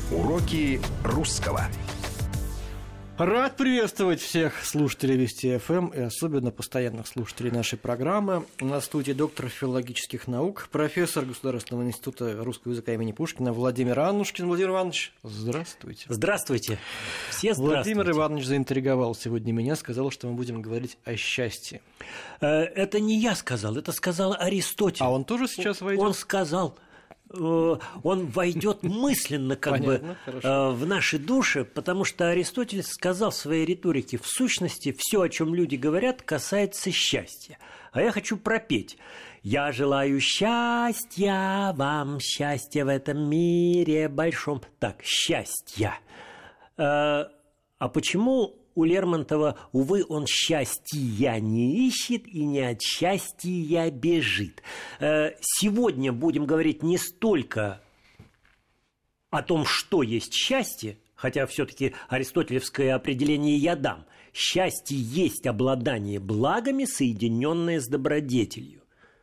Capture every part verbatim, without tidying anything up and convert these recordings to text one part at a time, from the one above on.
Уроки русского. Рад приветствовать всех слушателей Вести ФМ и особенно постоянных слушателей нашей программы. У нас в студии доктор филологических наук, профессор Государственного института русского языка имени Пушкина Владимир Аннушкин. Владимир Иванович, здравствуйте. Здравствуйте. Все здравствуйте. Владимир Иванович заинтриговал сегодня меня, сказал, что мы будем говорить о счастье. Это не я сказал, это сказал Аристотель. А он тоже сейчас войдет? Он сказал... Он войдет мысленно как Понятно, бы хорошо. в наши души, потому что Аристотель сказал в своей риторике: в сущности, все, о чем люди говорят, касается счастья. А я хочу пропеть: я желаю счастья вам, счастья в этом мире большом. Так, счастья. А почему у Лермонтова, увы, он счастья не ищет и не от счастья бежит? Сегодня будем говорить не столько о том, что есть счастье, хотя все-таки аристотелевское определение я дам. Счастье есть обладание благами, соединенное с добродетелью.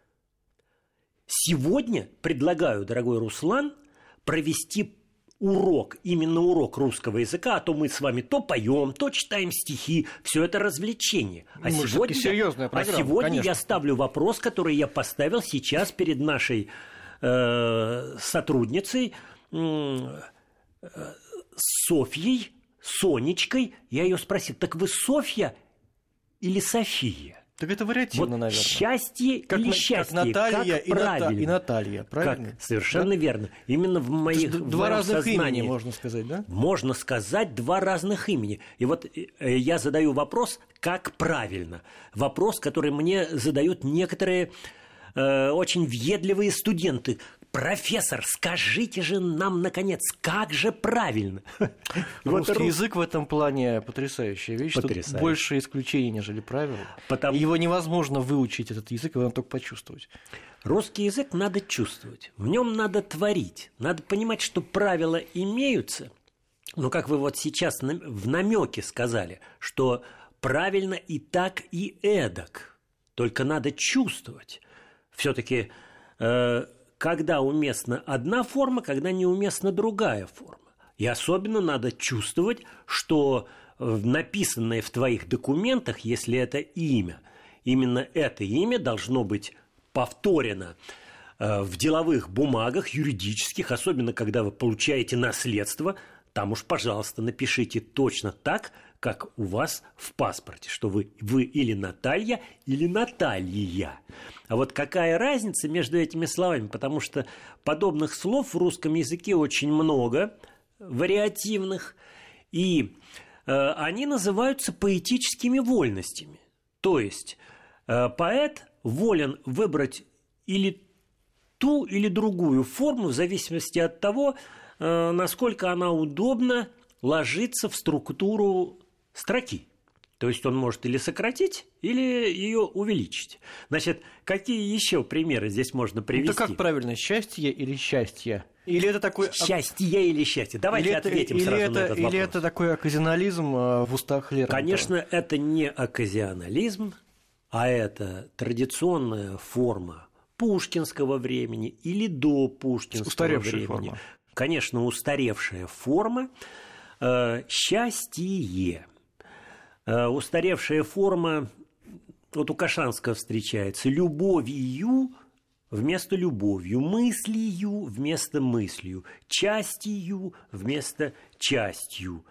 Сегодня предлагаю, дорогой Руслан, провести урок, именно урок русского языка, а то мы с вами то поем, то читаем стихи, все это развлечение. А ну, сегодня, серьезная программа, а сегодня конечно. я ставлю вопрос, который я поставил сейчас перед нашей э, сотрудницей э, Софьей, Сонечкой. Я ее спросил: так вы Софья или София? Так это вариативно, вот наверное. Счастье как или на, счастье? Как Наталья как и, Ната, и Наталья, правильно? Как? Совершенно да? верно. Именно в моих в Два разных сознании, имени, можно сказать, да? Можно сказать два разных имени. И вот я задаю вопрос, как правильно. Вопрос, который мне задают некоторые э, очень въедливые студенты. Профессор, скажите же нам, наконец, как же правильно? Русский вот, язык в этом плане потрясающая вещь. Потрясающий. Тут больше исключений, нежели правил. Потому... Его невозможно выучить, этот язык, его надо только почувствовать. Русский язык надо чувствовать, в нем надо творить, надо понимать, что правила имеются. Но как вы вот сейчас в намеке сказали, что правильно и так, и эдак. Только надо чувствовать. Все-таки... Э, когда уместна одна форма, когда неуместна другая форма. И особенно надо чувствовать, что написанное в твоих документах, если это имя, именно это имя должно быть повторено в деловых бумагах, юридических, особенно когда вы получаете наследство. Там уж, пожалуйста, напишите точно так, как у вас в паспорте, что вы, вы или Наталья, или Наталья. А вот какая разница между этими словами? Потому что подобных слов в русском языке очень много, вариативных, и э, они называются поэтическими вольностями. То есть э, поэт волен выбрать или ту, или другую форму в зависимости от того, э, насколько она удобно ложится в структуру строки. То есть он может или сократить, или ее увеличить. Значит, какие еще примеры здесь можно привести? Это как правильно, счастье или счастье? Или это такой... Счастье или счастье? Давайте или ответим это, сразу или это, на этот вопрос. Или это такой оказионализм в устах Лермонтова? Конечно, это не оказионализм, а это традиционная форма пушкинского времени или до пушкинского устаревшая времени. Форма. Конечно, устаревшая форма. Э, счастье. Устаревшая форма, вот у Кашанского встречается: любовью вместо любовью, мыслью вместо мыслью, частью вместо частью,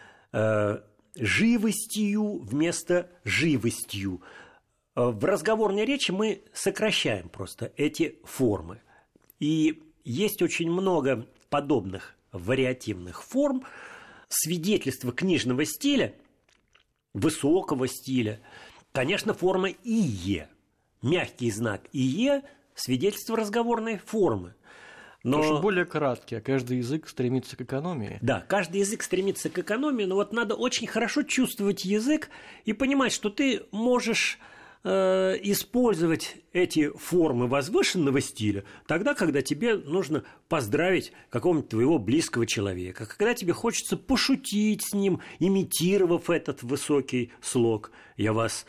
э, живостью вместо живостью. В разговорной речи мы сокращаем просто эти формы. И есть очень много подобных вариативных форм, свидетельства книжного стиля, высокого стиля. Конечно, форма «ие», мягкий знак «ие», свидетельство разговорной формы. Но... Потому что более краткий, а каждый язык стремится к экономии. Да, каждый язык стремится к экономии, но вот надо очень хорошо чувствовать язык и понимать, что ты можешь э, использовать эти формы возвышенного стиля тогда, когда тебе нужно поздравить какого-нибудь твоего близкого человека, когда тебе хочется пошутить с ним, имитировав этот высокий слог. Я вас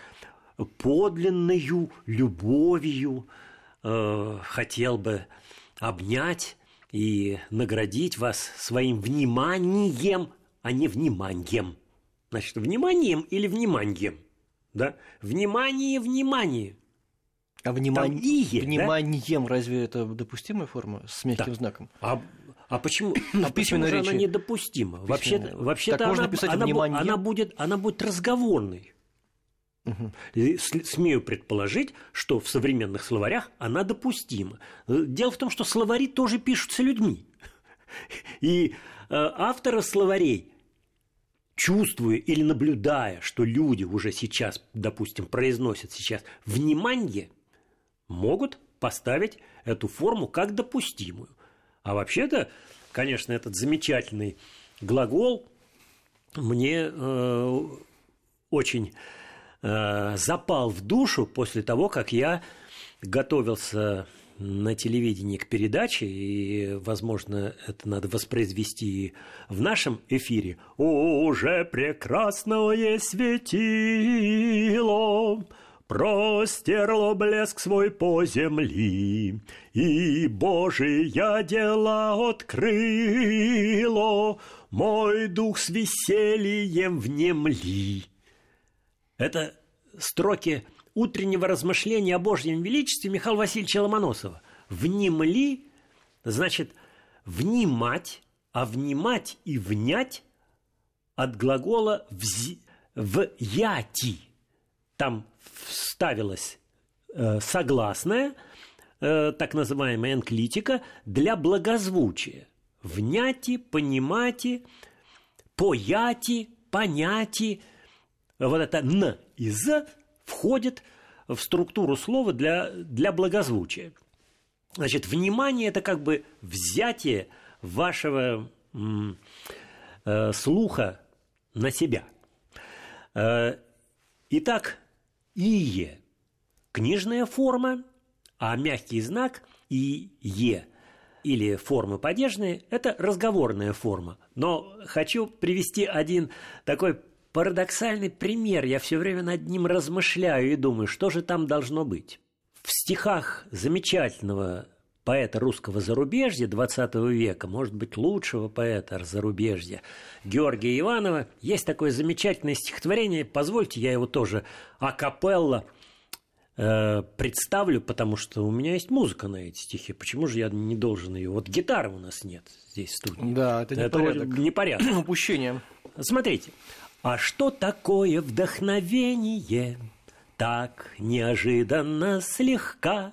подлинною любовью э, хотел бы обнять и наградить вас своим вниманием, а не вниманием. Значит, вниманием или вниманием? Да? Внимание, внимание. А внимание, ие, вниманием, да? Разве это допустимая форма с мягким да. знаком? А, а почему, в а почему же речи. она недопустима? Вообще-то, вообще-то она, она, она, будет, она будет разговорной. Угу. Смею предположить, что в современных словарях она допустима. Дело в том, что словари тоже пишутся людьми. И авторы словарей, чувствуя или наблюдая, что люди уже сейчас, допустим, произносят сейчас «внимание», могут поставить эту форму как допустимую. А вообще-то, конечно, этот замечательный глагол мне э, очень э, запал в душу после того, как я готовился на телевидении к передаче, и, возможно, это надо воспроизвести в нашем эфире. «Уже прекрасное светило простерло блеск свой по земли, и Божия дела открыло, мой дух с весельем внемли». Это строки утреннего размышления о Божьем величестве Михаила Васильевича Ломоносова. «Внемли» значит «внимать», а «внимать» и «внять» от глагола «вз... вяти». Там вставилась э, согласная, э, так называемая энклитика, для благозвучия. Вняти, понимати, пояти, поняти. Вот это «н» и «з» входит в структуру слова для, для благозвучия. Значит, внимание – это как бы взятие вашего м, э, слуха на себя. Э, итак, «ие» – книжная форма, а мягкий знак «ие» или формы падежные – это разговорная форма. Но хочу привести один такой парадоксальный пример. Я все время над ним размышляю и думаю, что же там должно быть. В стихах замечательного поэта русского зарубежья двадцатого века, может быть, лучшего поэта зарубежья, Георгия Иванова, есть такое замечательное стихотворение. Позвольте, я его тоже акапелла э, представлю, потому что у меня есть музыка на эти стихи. Почему же я не должен ее? Вот гитары у нас нет здесь в студии. Да, это непорядок. Это непорядок. Упущение. Смотрите. А что такое вдохновение? Так неожиданно слегка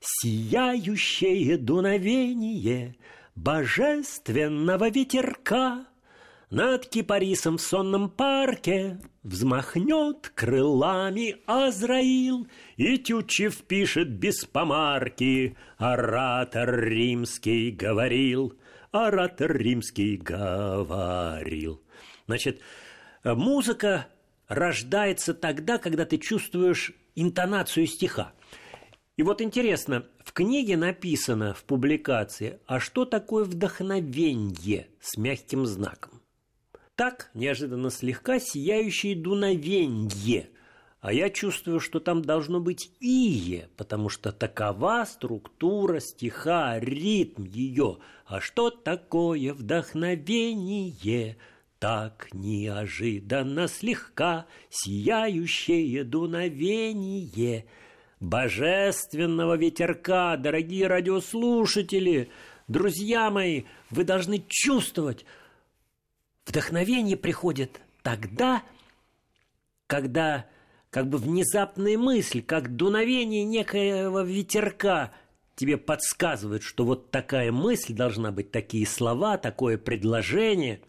сияющее дуновение божественного ветерка над кипарисом в сонном парке взмахнет крылами Азраил, и Тютчев пишет без помарки: оратор римский говорил, оратор римский говорил. Значит, музыка рождается тогда, когда ты чувствуешь интонацию стиха. И вот интересно, в книге написано в публикации, а что такое вдохновенье с мягким знаком? Так, неожиданно слегка сияющее дуновенье. А я чувствую, что там должно быть ие, потому что такова структура стиха, ритм ее. А что такое вдохновение? Так неожиданно слегка сияющее дуновение божественного ветерка. Дорогие радиослушатели, друзья мои, вы должны чувствовать, вдохновение приходит тогда, когда как бы внезапная мысль, как дуновение некоего ветерка тебе подсказывает, что вот такая мысль должна быть, такие слова, такое предложение.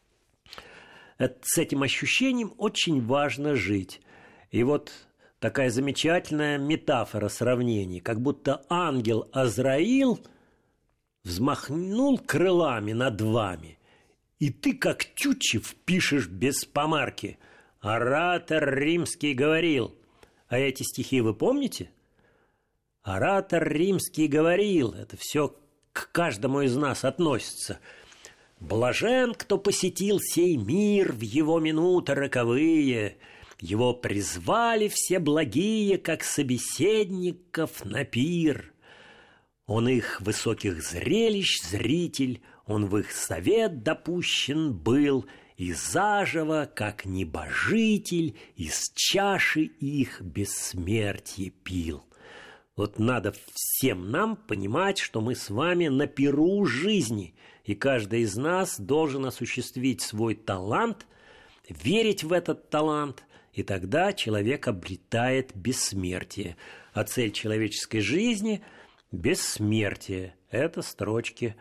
С этим ощущением очень важно жить. И вот такая замечательная метафора сравнений, как будто ангел Азраил взмахнул крылами над вами, и ты, как Тютчев, пишешь без помарки: оратор римский говорил. А эти стихи вы помните? Оратор римский говорил. Это все к каждому из нас относится. Блажен, кто посетил сей мир в его минуты роковые. Его призвали все благие, как собеседников на пир. Он их высоких зрелищ зритель, он в их совет допущен был, и заживо, как небожитель, из чаши их бессмертие пил. Вот надо всем нам понимать, что мы с вами на пиру жизни, и каждый из нас должен осуществить свой талант, верить в этот талант, и тогда человек обретает бессмертие. А цель человеческой жизни – бессмертие. Это строчки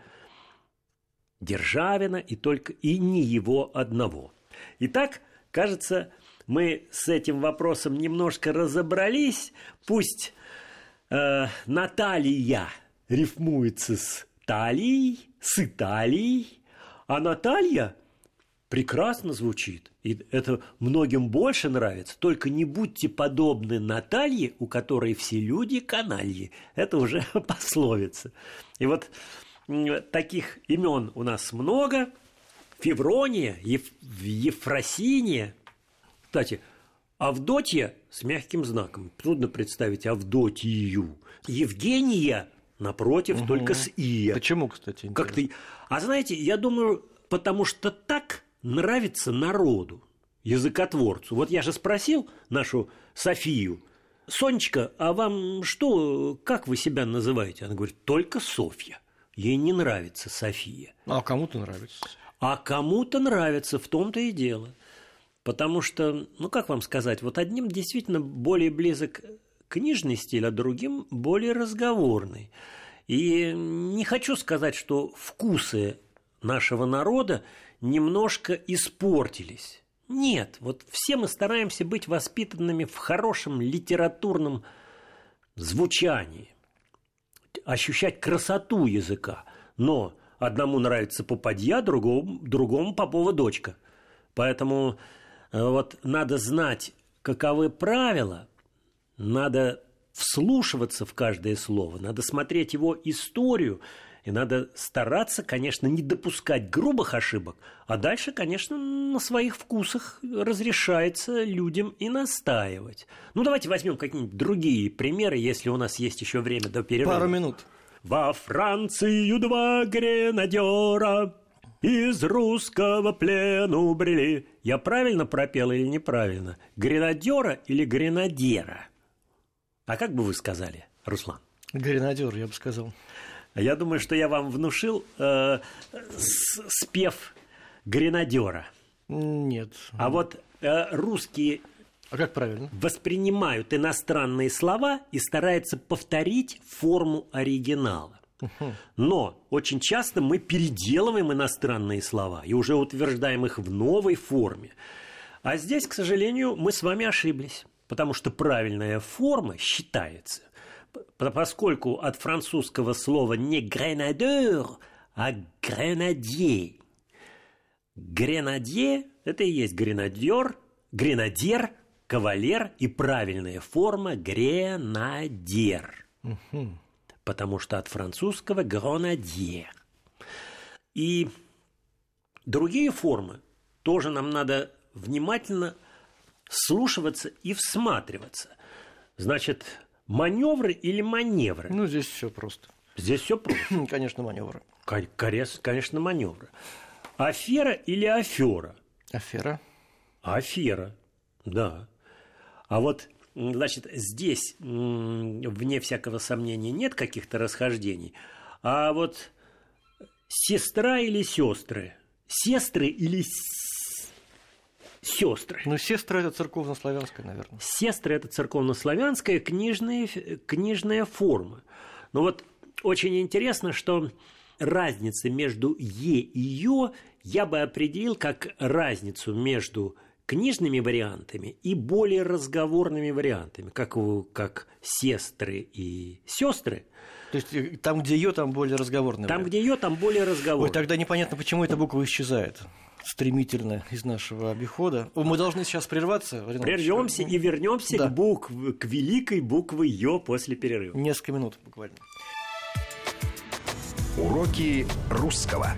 Державина и только и не его одного. Итак, кажется, мы с этим вопросом немножко разобрались. Пусть э, Наталья рифмуется с талией, с Италией, а Наталья прекрасно звучит. И это многим больше нравится. Только не будьте подобны Наталье, у которой все люди канальи. Это уже пословица. И вот таких имен у нас много. Феврония, Еф... Ефросиния. Кстати, Авдотья с мягким знаком. Трудно представить Авдотью. Евгения, напротив, угу. только с «ия». Почему, кстати? Как ты... А знаете, я думаю, потому что так нравится народу, языкотворцу. Вот я же спросил нашу Софию: Сонечка, а вам что, как вы себя называете? Она говорит: только Софья. Ей не нравится София. А кому-то нравится. А кому-то нравится, в том-то и дело. Потому что, ну как вам сказать, вот одним действительно более близок книжный стиль, а другим более разговорный. И не хочу сказать, что вкусы нашего народа немножко испортились. Нет, вот все мы стараемся быть воспитанными в хорошем литературном звучании, ощущать красоту языка. Но одному нравится попадья, другому, другому попова дочка. Поэтому вот надо знать, каковы правила, надо вслушиваться в каждое слово, надо смотреть его историю, и надо стараться, конечно, не допускать грубых ошибок, а дальше, конечно, на своих вкусах разрешается людям и настаивать. Ну, давайте возьмем какие-нибудь другие примеры, если у нас есть еще время до перерыва. Пару минут. Во Францию два гренадера из русского плену брели. Я правильно пропел или неправильно? Гренадера или гренадера? А как бы вы сказали, Руслан? Гренадер, я бы сказал. Я думаю, что я вам внушил э, спев гренадера. Нет. А вот э, русские а как правильно? воспринимают иностранные слова и стараются повторить форму оригинала. Угу. Но очень часто мы переделываем иностранные слова и уже утверждаем их в новой форме. А здесь, к сожалению, мы с вами ошиблись, потому что правильная форма считается, поскольку от французского слова не гренадер, а гренадье. Гренадье – это и есть гренадер, гренадер, кавалер, и правильная форма – гренадер. Угу. Потому что от французского гренадье. И другие формы тоже нам надо внимательно слушаться и всматриваться. Значит, маневры или маневры? Ну, здесь все просто. Здесь все просто. Конечно, маневры. Конечно, маневры. Афера или афера? Афера. Афера, да. А вот, значит, здесь, вне всякого сомнения, нет каких-то расхождений. А вот сестра или сестры? Сестры или сестры? Ну, сестры – это церковно-славянская, наверное. Сестры – это церковно-славянская книжная, книжная форма. Но вот очень интересно, что разница между «е» и «ё» я бы определил как разницу между книжными вариантами и более разговорными вариантами, как, как сестры и сестры. То есть там, где «ё», там более разговорный Там, вариант. где «ё», там более разговорный. Ой, тогда непонятно, почему эта буква исчезает стремительно из нашего обихода. Мы должны сейчас прерваться. Прервемся и вернемся да. к, букв, к великой букве «ё» после перерыва. Несколько минут буквально. Уроки русского.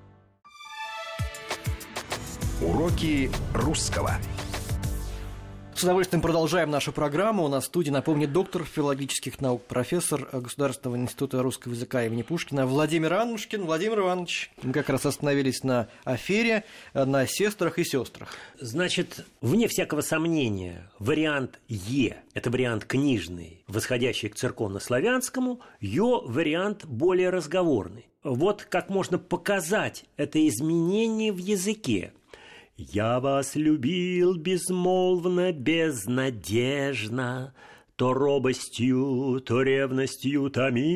Уроки русского. С удовольствием продолжаем нашу программу. У нас в студии, напомню, доктор филологических наук, профессор Государственного института русского языка имени Пушкина Владимир Аннушкин. Владимир Иванович, мы как раз остановились на афере, на сестрах и сестрах. Значит, вне всякого сомнения, вариант Е – это вариант книжный, восходящий к церковнославянскому, Ё – вариант более разговорный. Вот как можно показать это изменение в языке. «Я вас любил безмолвно, безнадежно, то робостью, то ревностью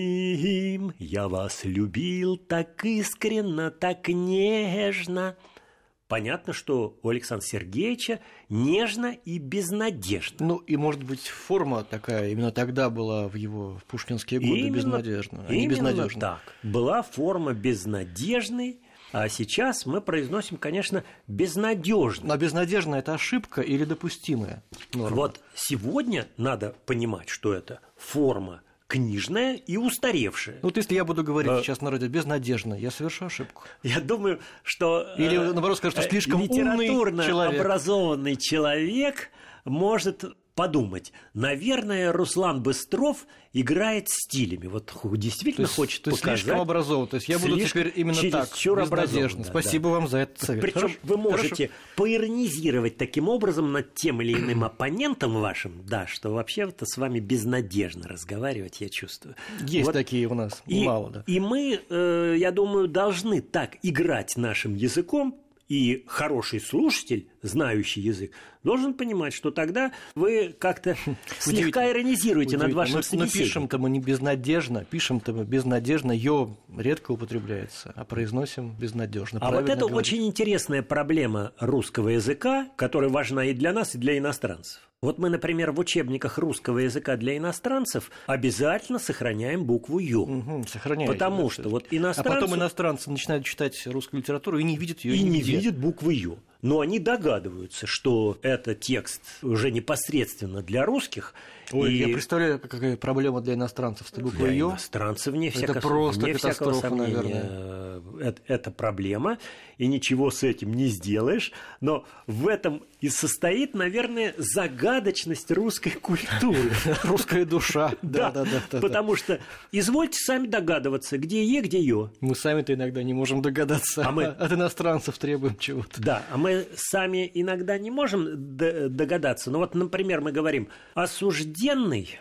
томим. Я вас любил так искренно, так нежно». Понятно, что у Александра Сергеевича нежно и безнадежно. Ну, и, может быть, форма такая именно тогда была в его в пушкинские годы, именно, безнадежна, а не безнадежна. Так, была форма безнадежной. А сейчас мы произносим, конечно, безнадежно. Но безнадежно – это ошибка или допустимая норма? Вот сегодня надо понимать, что это форма книжная и устаревшая. Вот если я буду говорить а... сейчас на радио безнадежно, я совершу ошибку. Я думаю, что или наоборот скажу, что слишком умный человек. Образованный человек может подумать, наверное, Руслан Быстров играет стилями. Вот действительно то хочет то показать. Слишком образован. То есть я буду теперь именно так, безнадежно. Спасибо да. вам за этот совет. Причем Хорошо? вы можете Хорошо. поиронизировать таким образом над тем или иным оппонентом вашим, да, что вообще-то с вами безнадежно разговаривать, я чувствую. Есть вот. такие у нас, и, мало, да. И мы, э, я думаю, должны так играть нашим языком, и хороший слушатель, знающий язык, должен понимать, что тогда вы как-то слегка иронизируете над вашим собеседником. Но пишем-то мы не безнадежно, пишем-то мы безнадежно, «ё» редко употребляется, а произносим безнадежно. А вот это говорить. очень интересная проблема русского языка, которая важна и для нас, и для иностранцев. Вот мы, например, в учебниках русского языка для иностранцев обязательно сохраняем букву «ё». Угу, сохраняете. Потому да, что вот иностранцы... А потом иностранцы начинают читать русскую литературу и не видят ее И нигде. не видят буквы «ё». Но они догадываются, что это текст уже непосредственно для русских. Ой, и... я представляю, какая проблема для иностранцев с буквой Для «ё». иностранцев, вне всякого, это просто вне всякого сомнения, наверное. Это, это проблема, и ничего с этим не сделаешь. Но в этом и состоит, наверное, загадочность русской культуры. Русская душа. Да, да, да. Потому что извольте сами догадываться, где «е», где «ё». Мы сами-то иногда не можем догадаться. А мы... От иностранцев требуем чего-то. Да, а мы сами иногда не можем догадаться. Ну вот, например, мы говорим «осужденный»,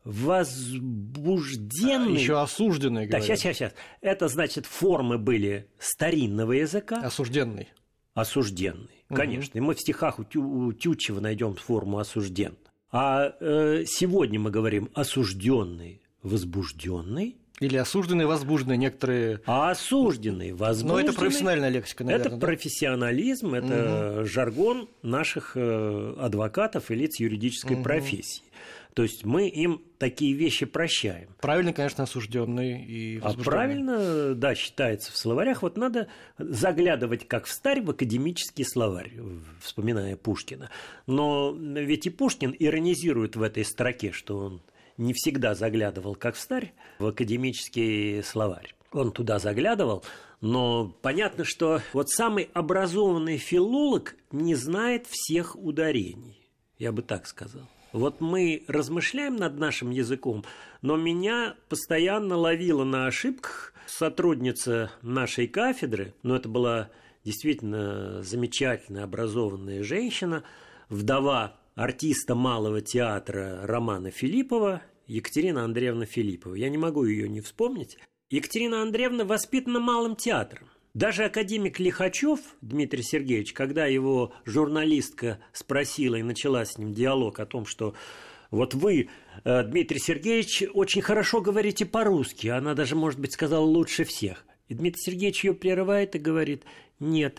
возбужденный. А, еще осужденный, да, говорят. сейчас, сейчас, сейчас. Это значит, формы были старинного языка. Осужденный. Осужденный, угу. конечно. И мы в стихах у, Тю, у Тютчева найдем форму осужденный. А э, сегодня мы говорим осужденный, возбужденный. Или осужденный, возбужденный, некоторые... А осужденный, возбужденный... Но это профессиональная лексика, наверное. Это да? профессионализм, это угу. жаргон наших э, адвокатов и лиц юридической угу. профессии. То есть мы им такие вещи прощаем. Правильно, конечно, осужденный и возбужденный. А правильно, да, считается в словарях. Вот надо заглядывать как встарь в академический словарь, вспоминая Пушкина. Но ведь и Пушкин иронизирует в этой строке, что он не всегда заглядывал как встарь в академический словарь. Он туда заглядывал, но понятно, что вот самый образованный филолог не знает всех ударений. Я бы так сказал. Вот мы размышляем над нашим языком, но меня постоянно ловила на ошибках сотрудница нашей кафедры, но это была действительно замечательная образованная женщина, вдова артиста малого театра Романа Филиппова, Екатерина Андреевна Филиппова. Я не могу ее не вспомнить. Екатерина Андреевна воспитана малым театром. Даже академик Лихачев Дмитрий Сергеевич, когда его журналистка спросила и начала с ним диалог о том, что вот вы, Дмитрий Сергеевич, очень хорошо говорите по-русски, она даже, может быть, сказала лучше всех. И Дмитрий Сергеевич ее прерывает и говорит: нет,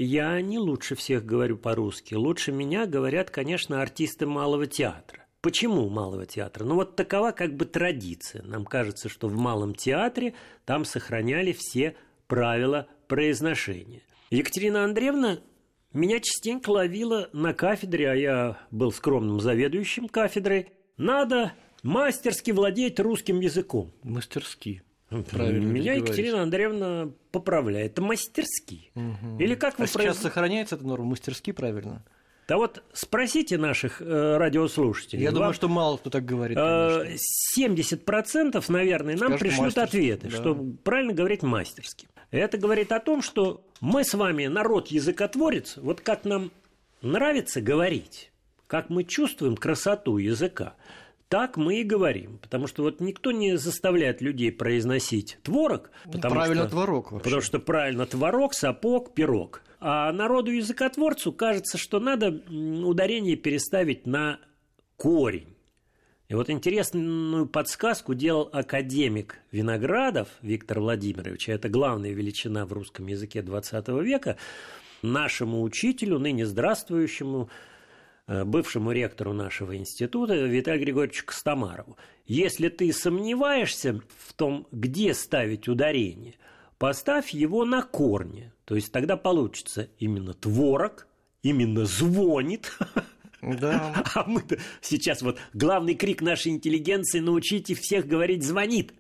я не лучше всех говорю по-русски, лучше меня говорят, конечно, артисты малого театра. Почему малого театра? Ну вот такова как бы традиция. Нам кажется, что в малом театре там сохраняли все правила произношения. Екатерина Андреевна меня частенько ловила на кафедре, а я был скромным заведующим кафедрой. Надо мастерски владеть русским языком. Мастерски. Правильно. Меня Екатерина Андреевна поправляет. Это мастерски. Угу. Или как вы а произ... сейчас сохраняется эта норма мастерски, правильно? Да вот спросите наших э, радиослушателей. Я вам, думаю, что мало кто так говорит. Э, семьдесят процентов, наверное, нам Скажут пришлют ответы, да. что правильно говорить мастерски. Это говорит о том, что мы с вами народ-языкотворец, вот как нам нравится говорить, как мы чувствуем красоту языка, так мы и говорим. Потому что вот никто не заставляет людей произносить творог. Потому правильно что, творог вообще. Потому что правильно творог, сапог, пирог. А народу-языкотворцу кажется, что надо ударение переставить на корень. И вот интересную подсказку делал академик Виноградов Виктор Владимирович, это главная величина в русском языке двадцатого века, нашему учителю, ныне здравствующему, бывшему ректору нашего института Виталию Григорьевичу Костомарову. Если ты сомневаешься в том, где ставить ударение, поставь его на корне. То есть тогда получится именно творог, именно звонит. Да. А мы-то сейчас вот главный крик нашей интеллигенции: научите всех говорить «звонит».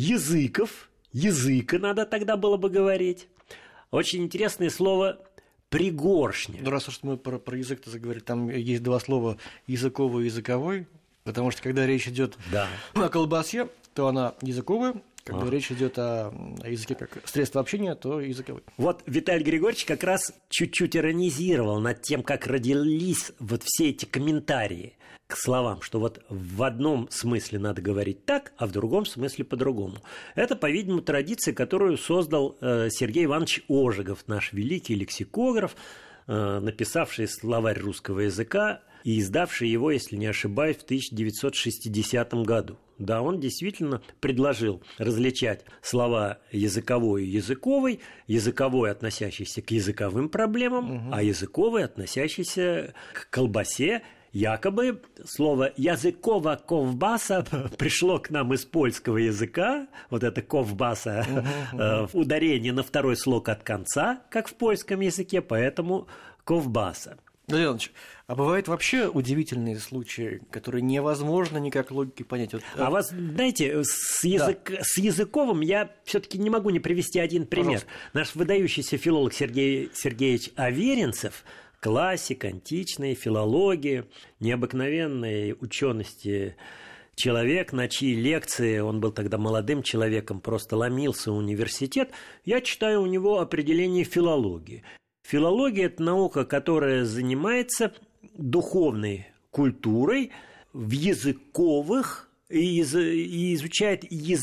Языков, языка надо тогда было бы говорить. Очень интересное слово «пригоршня». Ну, раз уж мы про, про язык-то заговорили, там есть два слова языковой и языковой, потому что когда речь идет да. о колбасе, то она языковая, когда а. речь идет о, о языке как средство общения, то языковой. Вот Виталий Григорьевич как раз чуть-чуть иронизировал над тем, как родились вот все эти комментарии к словам, что вот в одном смысле надо говорить так, а в другом смысле по-другому. Это, по-видимому, традиция, которую создал э, Сергей Иванович Ожегов, наш великий лексикограф, э, написавший словарь русского языка и издавший его, если не ошибаюсь, в тысяча девятьсот шестидесятом году. Да, он действительно предложил различать слова языковой и языковый, языковой, относящийся к языковым проблемам, угу. а языковый, относящийся к колбасе. Якобы слово «языкова ковбаса» пришло к нам из польского языка, вот это «ковбаса», uh-huh, uh-huh. ударение на второй слог от конца, как в польском языке, поэтому «ковбаса». Владимир Иванович, а бывают вообще удивительные случаи, которые невозможно никак логикой понять? Вот, а вас, знаете, с, язык... да. с языковым я все-таки не могу не привести один пример. Пожалуйста. Наш выдающийся филолог Сергей Сергеевич Аверинцев, классик античной филологии, необыкновенной учености человек, на чьи лекции, он был тогда молодым человеком, просто ломился в университет, я читаю у него определение филологии. Филология – это наука, которая занимается духовной культурой в языковых и изучает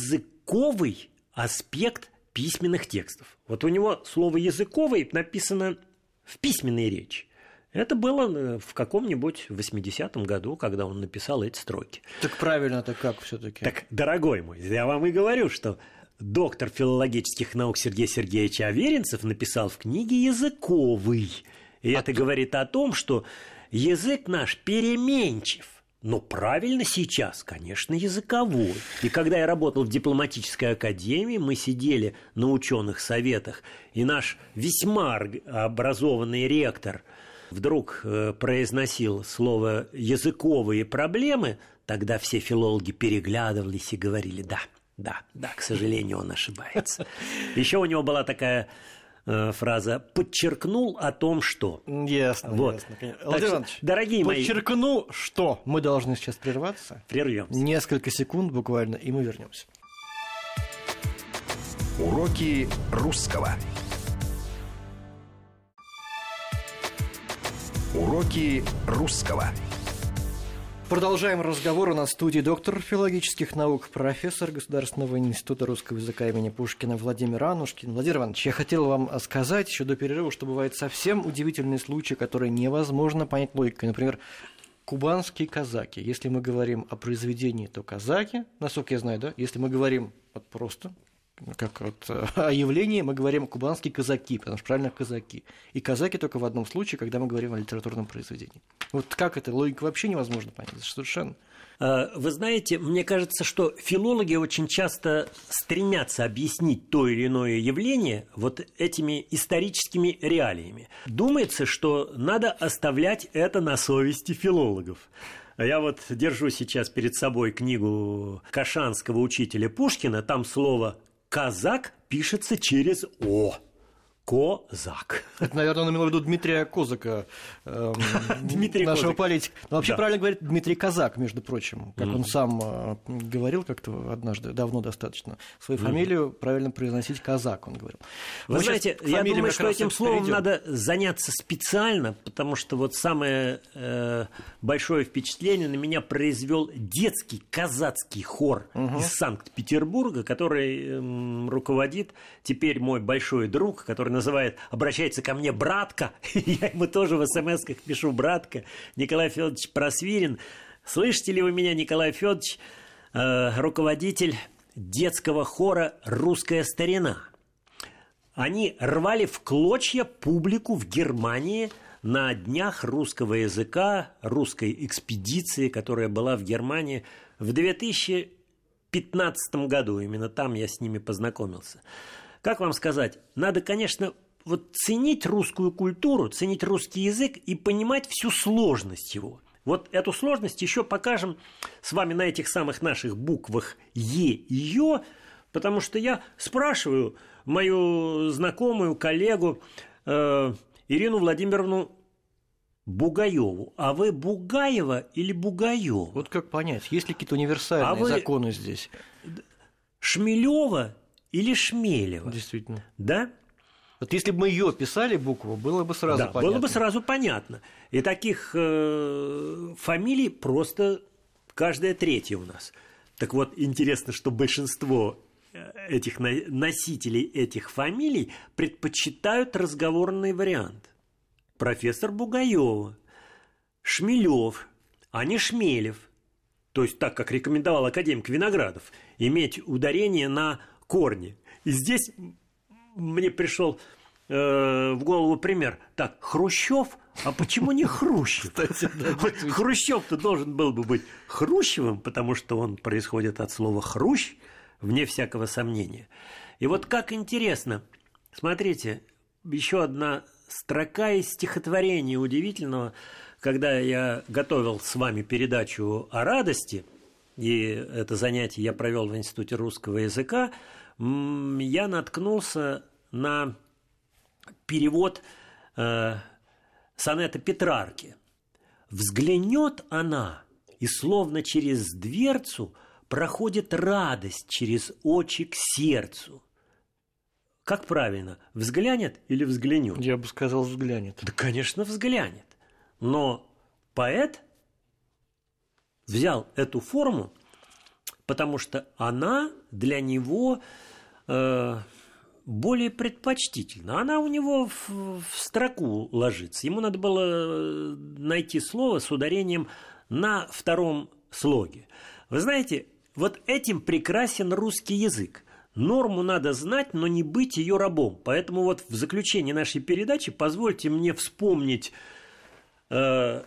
языковый аспект письменных текстов. Вот у него слово «языковый» написано в письменной речи. Это было в каком-нибудь восьмидесятом году, когда он написал эти строки. Так правильно-то как все-таки? Так, дорогой мой, я вам и говорю, что доктор филологических наук Сергей Сергеевич Аверинцев написал в книге «Языковый». И а это ты... говорит о том, что язык наш переменчив. Но правильно сейчас, конечно, языковой. И когда я работал в дипломатической академии, мы сидели на ученых советах, и наш весьма образованный ректор вдруг произносил слово «языковые проблемы», тогда все филологи переглядывались и говорили «да, да, да, к сожалению, он ошибается». Еще у него была такая фраза «подчеркнул о том, что». Ясно, вот. ясно. Владимир Иванович, дорогие мои... подчеркну, что мы должны сейчас прерваться. Прервемся. Несколько секунд буквально, и мы вернемся. Уроки русского. Уроки русского. Продолжаем разговор. У нас в студии доктор филологических наук, профессор Государственного института русского языка имени Пушкина Владимир Анушкин. Владимир Иванович, я хотел вам сказать еще до перерыва, что бывают совсем удивительные случаи, которые невозможно понять логикой. Например, кубанские казаки. Если мы говорим о произведении, то казаки, насколько я знаю, да? Если мы говорим вот просто как вот о явлении, мы говорим кубанские казаки, потому что правильно казаки. И казаки только в одном случае, когда мы говорим о литературном произведении. Вот как это? Логика вообще невозможно понять. Совершенно. Вы знаете, мне кажется, что филологи очень часто стремятся объяснить то или иное явление вот этими историческими реалиями. Думается, что надо оставлять это на совести филологов. Я вот держу сейчас перед собой книгу кашанского учителя Пушкина, там слово «казак» пишется через «о». Козак. Это, наверное, он имел в виду Дмитрия Козака, э, нашего политика. Но вообще да. правильно говорит Дмитрий Казак, между прочим, как mm-hmm. он сам э, говорил как-то однажды, давно достаточно. Свою mm-hmm. фамилию правильно произносить Казак, он говорил. Вы Но знаете, я думаю, что этим словом перейдем. Надо заняться специально, потому что вот самое э, большое впечатление на меня произвел детский казацкий хор mm-hmm. из Санкт-Петербурга, который э, руководит теперь мой большой друг, который называет, обращается ко мне братка, я ему тоже в смс-ках пишу братка, Николай Федорович Просвирин. Слышите ли вы меня, Николай Федорович, э, руководитель детского хора «Русская старина». Они рвали в клочья публику в Германии на днях русского языка, русской экспедиции, которая была в Германии в две тысячи пятнадцатом году. Именно там я с ними познакомился. Как вам сказать, надо, конечно, вот ценить русскую культуру, ценить русский язык и понимать всю сложность его. Вот эту сложность еще покажем с вами на этих самых наших буквах Е и Ё, потому что я спрашиваю мою знакомую, коллегу э, Ирину Владимировну Бугаеву. А вы Бугаева или Бугаева? Вот как понять, есть ли какие-то универсальные а вы... законы здесь? Шмелева или Шмелева? Действительно. Да? Вот если бы мы ее писали букву, было бы сразу да, понятно. Было бы сразу понятно. И таких э, фамилий просто каждая третья у нас. Так вот, интересно, что большинство этих носителей этих фамилий предпочитают разговорный вариант. Профессор Бугаева, Шмелев, а не Шмелев. То есть так, как рекомендовал академик Виноградов, иметь ударение на корне. И здесь мне пришел э, в голову пример. Так, Хрущев, а почему не Хрущев? Хрущев-то должен был бы быть Хрущевым, потому что он происходит от слова «хрущ», вне всякого сомнения. И вот как интересно, смотрите, еще одна строка из стихотворения удивительного. Когда я готовил с вами передачу о радости, и это занятие я провел в Институте русского языка, я наткнулся на перевод э, сонета Петрарки. «Взглянет она, и словно через дверцу проходит радость через очи к сердцу». Как правильно, взглянет или взглянет? Я бы сказал, взглянет. Да, конечно, взглянет. Но поэт взял эту форму, потому что она для него э, более предпочтительна. Она у него в, в строку ложится. Ему надо было найти слово с ударением на втором слоге. Вы знаете, вот этим прекрасен русский язык. Норму надо знать, но не быть ее рабом. Поэтому вот в заключении нашей передачи позвольте мне вспомнить э,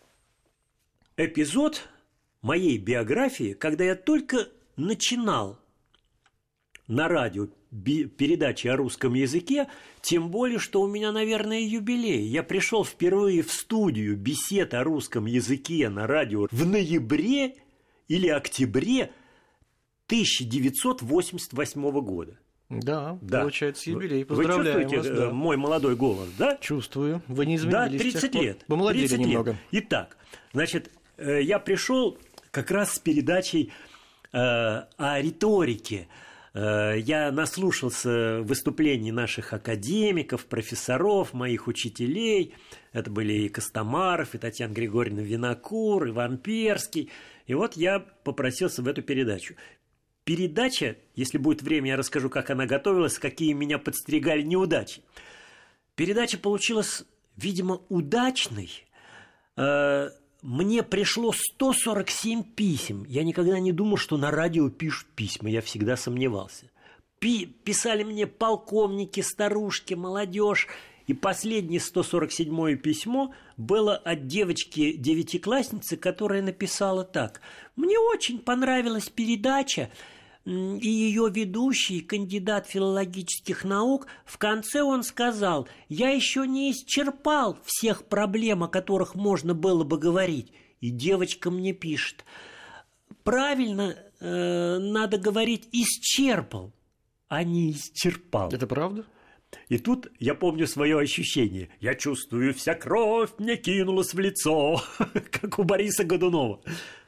эпизод моей биографии, когда я только начинал на радио передачи о русском языке, тем более, что у меня, наверное, юбилей. Я пришел впервые в студию бесед о русском языке на радио в ноябре или октябре тысяча девятьсот восемьдесят восьмого года. Да, да, получается юбилей. Поздравляем. Вы чувствуете вас, да. мой молодой голос, да? Чувствую. Вы не изменились. Да, тридцать лет. Помолодели тридцать немного. Лет. Итак, значит, я пришел как раз с передачей э, о риторике. Э, я наслушался выступлений наших академиков, профессоров, моих учителей. Это были и Костомаров, и Татьяна Григорьевна Винокур, и Вамперский. И вот я попросился в эту передачу. Передача, если будет время, я расскажу, как она готовилась, какие меня подстерегали неудачи. Передача получилась, видимо, удачной. Мне пришло сто сорок семь писем. Я никогда не думал, что на радио пишут письма. Я всегда сомневался. Пи- писали мне полковники, старушки, молодежь. И последнее сто сорок седьмое письмо было от девочки-девятиклассницы, которая написала так. «Мне очень понравилась передача, и ее ведущий, кандидат филологических наук, в конце он сказал, я еще не исчерпал всех проблем, о которых можно было бы говорить». И девочка мне пишет, правильно э, надо говорить «исчерпал», а не «исчерпал». Это правда? И тут я помню свое ощущение. Я чувствую, вся кровь мне кинулась в лицо, как у Бориса Годунова.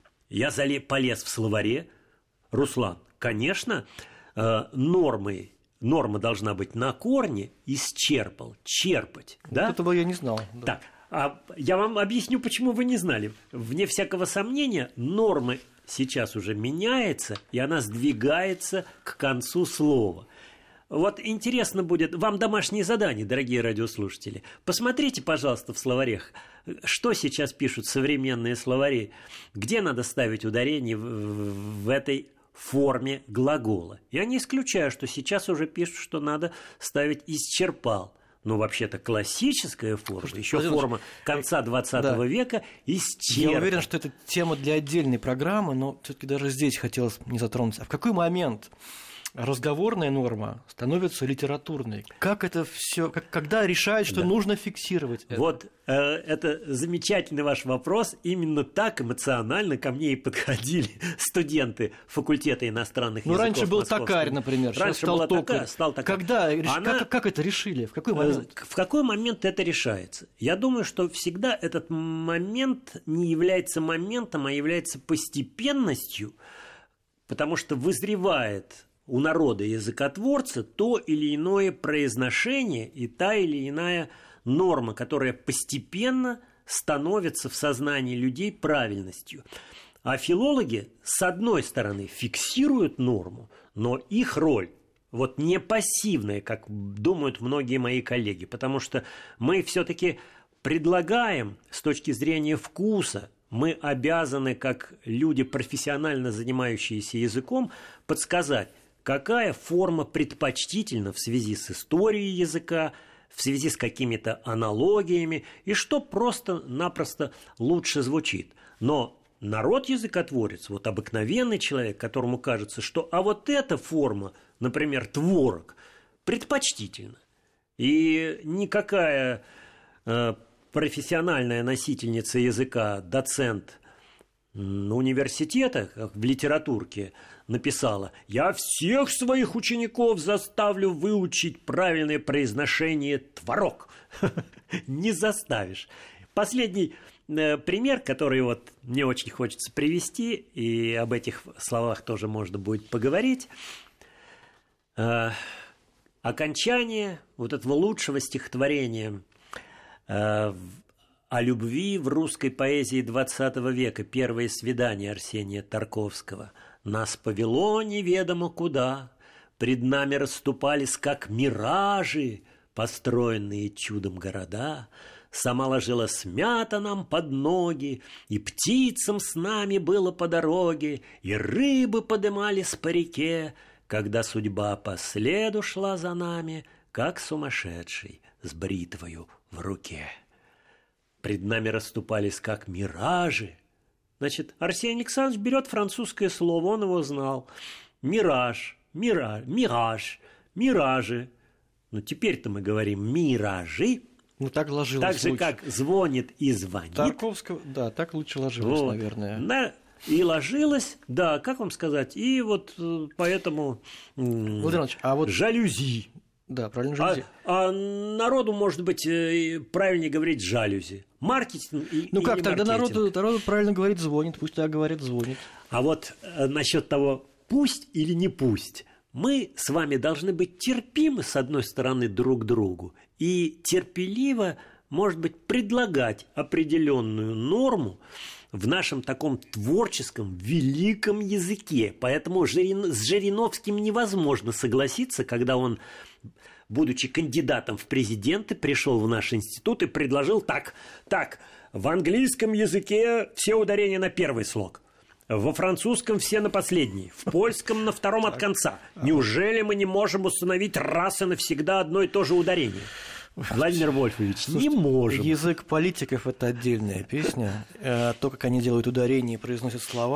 Я залез, полез в словаре. Руслан, конечно, э, нормы, норма должна быть на корне, исчерпал, черпать. Вот да? этого я не знал. Да. Так, а я вам объясню, почему вы не знали. Вне всякого сомнения, норма сейчас уже меняется, и она сдвигается к концу слова. Вот интересно будет, вам домашнее задание, дорогие радиослушатели. Посмотрите, пожалуйста, в словарях, что сейчас пишут современные словари, где надо ставить ударение в, в, в этой форме глагола. Я не исключаю, что сейчас уже пишут, что надо ставить «исчерпал». Но вообще-то классическая форма, Слушайте, еще Владимир форма конца двадцатого да. века исчерпана. Я уверен, что это тема для отдельной программы, но все-таки даже здесь хотелось не затронуться. А в какой момент разговорная норма становится литературной? Как это все, как, когда решают, что да. нужно фиксировать это? Вот э, это замечательный ваш вопрос. Именно так эмоционально ко мне и подходили студенты факультета иностранных ну, языков. Ну, раньше был токарь, например, раньше стал была токарь. Така, стал токарь. Когда, Она... как, как это решили? В какой момент? В какой момент это решается? Я думаю, что всегда этот момент не является моментом, а является постепенностью, потому что вызревает у народа языкотворца то или иное произношение и та или иная норма, которая постепенно становится в сознании людей правильностью. А филологи, с одной стороны, фиксируют норму, но их роль вот не пассивная, как думают многие мои коллеги, потому что мы все-таки предлагаем с точки зрения вкуса, мы обязаны, как люди, профессионально занимающиеся языком, подсказать, какая форма предпочтительна в связи с историей языка, в связи с какими-то аналогиями, и что просто-напросто лучше звучит. Но народ-языкотворец, вот обыкновенный человек, которому кажется, что а вот эта форма, например, творог, предпочтительна. И никакая э, профессиональная носительница языка, доцент университета, как в литературке, написала: «Я всех своих учеников заставлю выучить правильное произношение творог». Не заставишь. Последний э, пример, который вот мне очень хочется привести, и об этих словах тоже можно будет поговорить. Э, окончание вот этого лучшего стихотворения э, о любви в русской поэзии двадцатого века, «Первое свидание» Арсения Тарковского. Нас повело неведомо куда, пред нами расступались, как миражи, построенные чудом города. Сама ложила смята нам под ноги, и птицам с нами было по дороге, и рыбы подымались по реке, когда судьба по следу шла за нами, как сумасшедший с бритвою в руке. Пред нами расступались, как миражи. Значит, Арсений Александрович берет французское слово, он его знал. Мираж, мираж, мираж, миражи. Но теперь-то мы говорим миражи. Ну, так ложилось. Так же, лучше. как звонит и звонит. Тарковского, да, так лучше ложилось, вот, наверное. Да, и ложилось, да, как вам сказать, и вот поэтому Владимир а вот... жалюзи. Да, правильно, жалюзи. А, а народу, может быть, правильнее говорить жалюзи. Маркетинг и Ну как, тогда маркетинг. народу, народу правильно говорит звонит, пусть так говорит звонит. А вот насчет того, пусть или не пусть, мы с вами должны быть терпимы, с одной стороны, друг другу, и терпеливо, может быть, предлагать определенную норму в нашем таком творческом, великом языке. Поэтому Жирин... с Жириновским невозможно согласиться, когда он, будучи кандидатом в президенты, пришел в наш институт и предложил так, так, в английском языке все ударения на первый слог, во французском все на последний, в польском на втором от конца. Неужели мы не можем установить раз и навсегда одно и то же ударение? Владимир Вольфович, Слушайте, не можем. Язык политиков – это отдельная песня. То, как они делают ударения и произносят слова,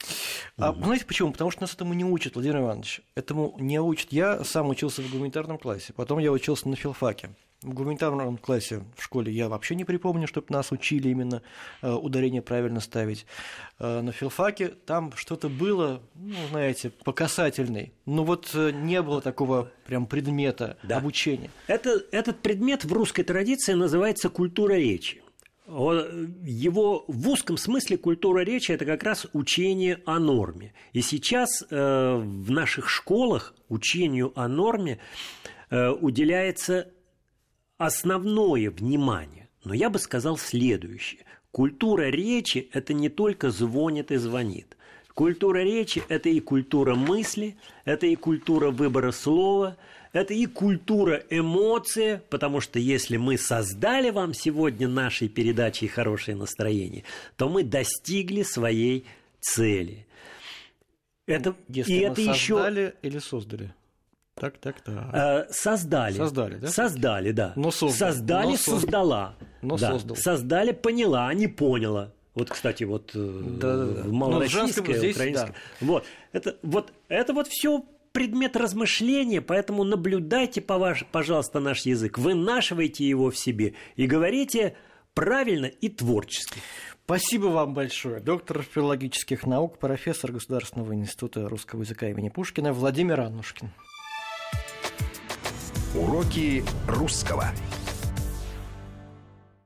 А знаете почему? Потому что нас этому не учат, Владимир Иванович. Этому не учат. Я сам учился в гуманитарном классе, потом я учился на филфаке. В гуманитарном классе в школе я вообще не припомню, чтобы нас учили именно ударение правильно ставить. На филфаке там что-то было, ну, знаете, по касательной. Но вот не было такого прям предмета да. обучения. Это, этот предмет в русской традиции называется культура речи. Его в узком смысле культура речи – это как раз учение о норме. И сейчас э, в наших школах учению о норме э, уделяется основное внимание. Но я бы сказал следующее. Культура речи – это не только звонит и звонит. Культура речи – это и культура мысли, это и культура выбора слова, это и культура эмоций, потому что если мы создали вам сегодня нашей передачей хорошее настроение, то мы достигли своей цели. Это, если и мы это создали еще... или создали? Так, так, так. Э, создали. Создали, да? Создали, да. Но создали. Создали, Но создала. Но да. создал. Создали, поняла, а не поняла. Вот, кстати, вот да, да, да. малороссийское, здесь, украинское. Да. Вот. Это, вот, это вот все предмет размышления, поэтому наблюдайте, пожалуйста, наш язык, вынашивайте его в себе и говорите правильно и творчески. Спасибо вам большое. Доктор филологических наук, профессор Государственного института русского языка имени Пушкина Владимир Аннушкин. Уроки русского.